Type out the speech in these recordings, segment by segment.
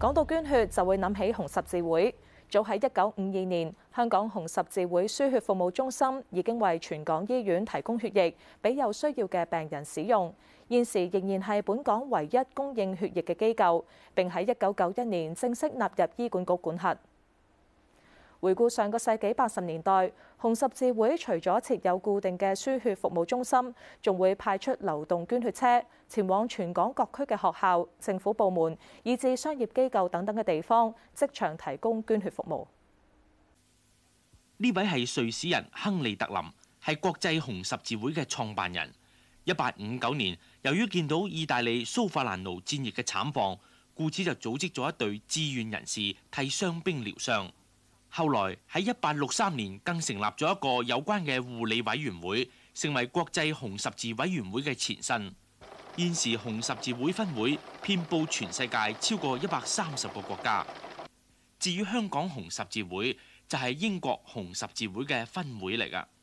講到捐血，就會諗起紅十字會。早喺1952年，香港紅十字會輸血服務中心已經為全港醫院提供血液，俾有需要嘅病人使用。現時仍然係本港唯一供應血液嘅機構，並喺1991年正式納入醫管局管轄。回顧上個世紀80年代，紅十字會除咗設有固定嘅輸血服務中心，仲會派出流動捐血車，前往全港各區嘅學校、政府部門，以至商業機構等等嘅地方，即場提供捐血服務。 呢位係瑞士人亨利特林，係國際紅十字會嘅創辦人。1859年，由於見到意大利蘇法蘭奴戰役嘅慘況，故此就組織咗一隊志願人士替傷兵療傷。後來喺1863年更成立咗一個有關嘅護理委員會，成為國際紅十字委員會嘅前身。現時紅十字會分會遍佈全世界超過130個國家。至於香港紅十字會就係英國紅十字會嘅分會嚟㗎。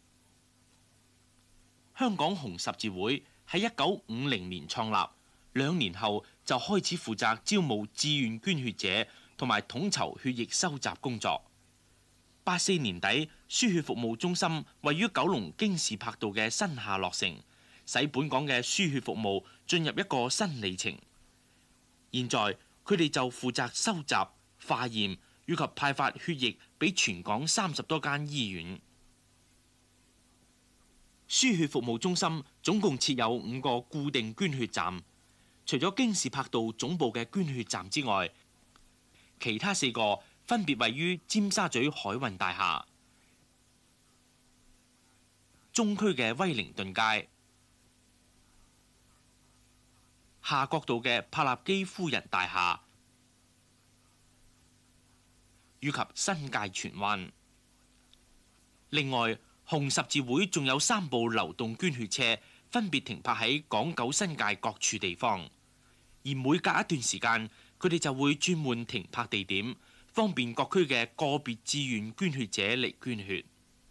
香港紅十字會喺1950年創立，2年後就開始負責招募志願捐血者同埋統籌血液收集工作。84年底，輸血服務中心位於九龍京士柏道嘅新廈落成，使本港嘅輸血服務進入一個新里程。現在佢哋就負責收集、化驗以及派發血液俾全港30多間醫院。輸血服務中心總共設有5個固定捐血站，除咗京士柏道總部嘅捐血站之外，其他4個分別位於尖沙咀海運大廈、中區嘅威靈頓街、夏慤道嘅柏立基夫人大廈，以及新界荃灣。另外，紅十字會仲有3部流動捐血車，分別停泊喺港九新界各處地方，而每隔一段時間，佢哋就會轉換停泊地點，方便各區嘅個別志願捐血者嚟捐血。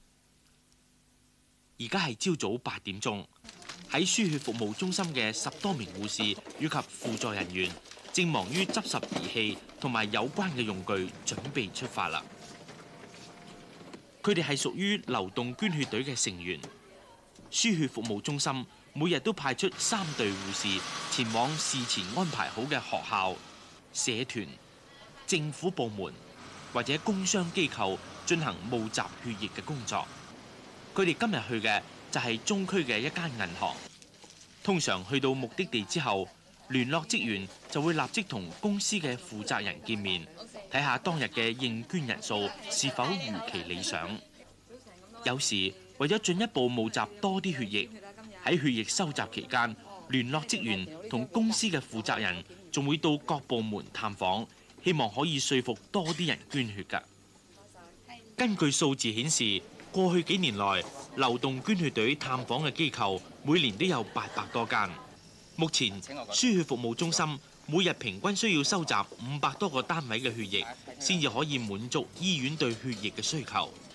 而家係朝早8點鐘，喺輸血服務中心嘅10多名護士以及輔助人員正忙於執拾儀器同埋有關嘅用具，準備出發啦。佢哋係屬於流動捐血隊嘅成員。輸血服務中心每日都派出3隊護士前往事前安排好嘅學校、社團、政府部門或者工商機構進行募集血液嘅工作。佢哋今日去嘅就係中區嘅一間銀行。通常去到目的地之後，聯絡職員就會立即同公司嘅負責人見面，睇下當日嘅應捐人數是否如期理想。有時為咗進一步募集多啲血液，喺血液收集期間，聯絡職員同公司嘅負責人仲會到各部門探訪，希望可以說服多啲人捐血㗎。根據數字顯示，過去幾年內流動捐血隊探訪嘅機構每年都有800多間。目前輸血服務中心每日平均需要收集500多個單位嘅血液，先至可以滿足醫院對血液嘅需求。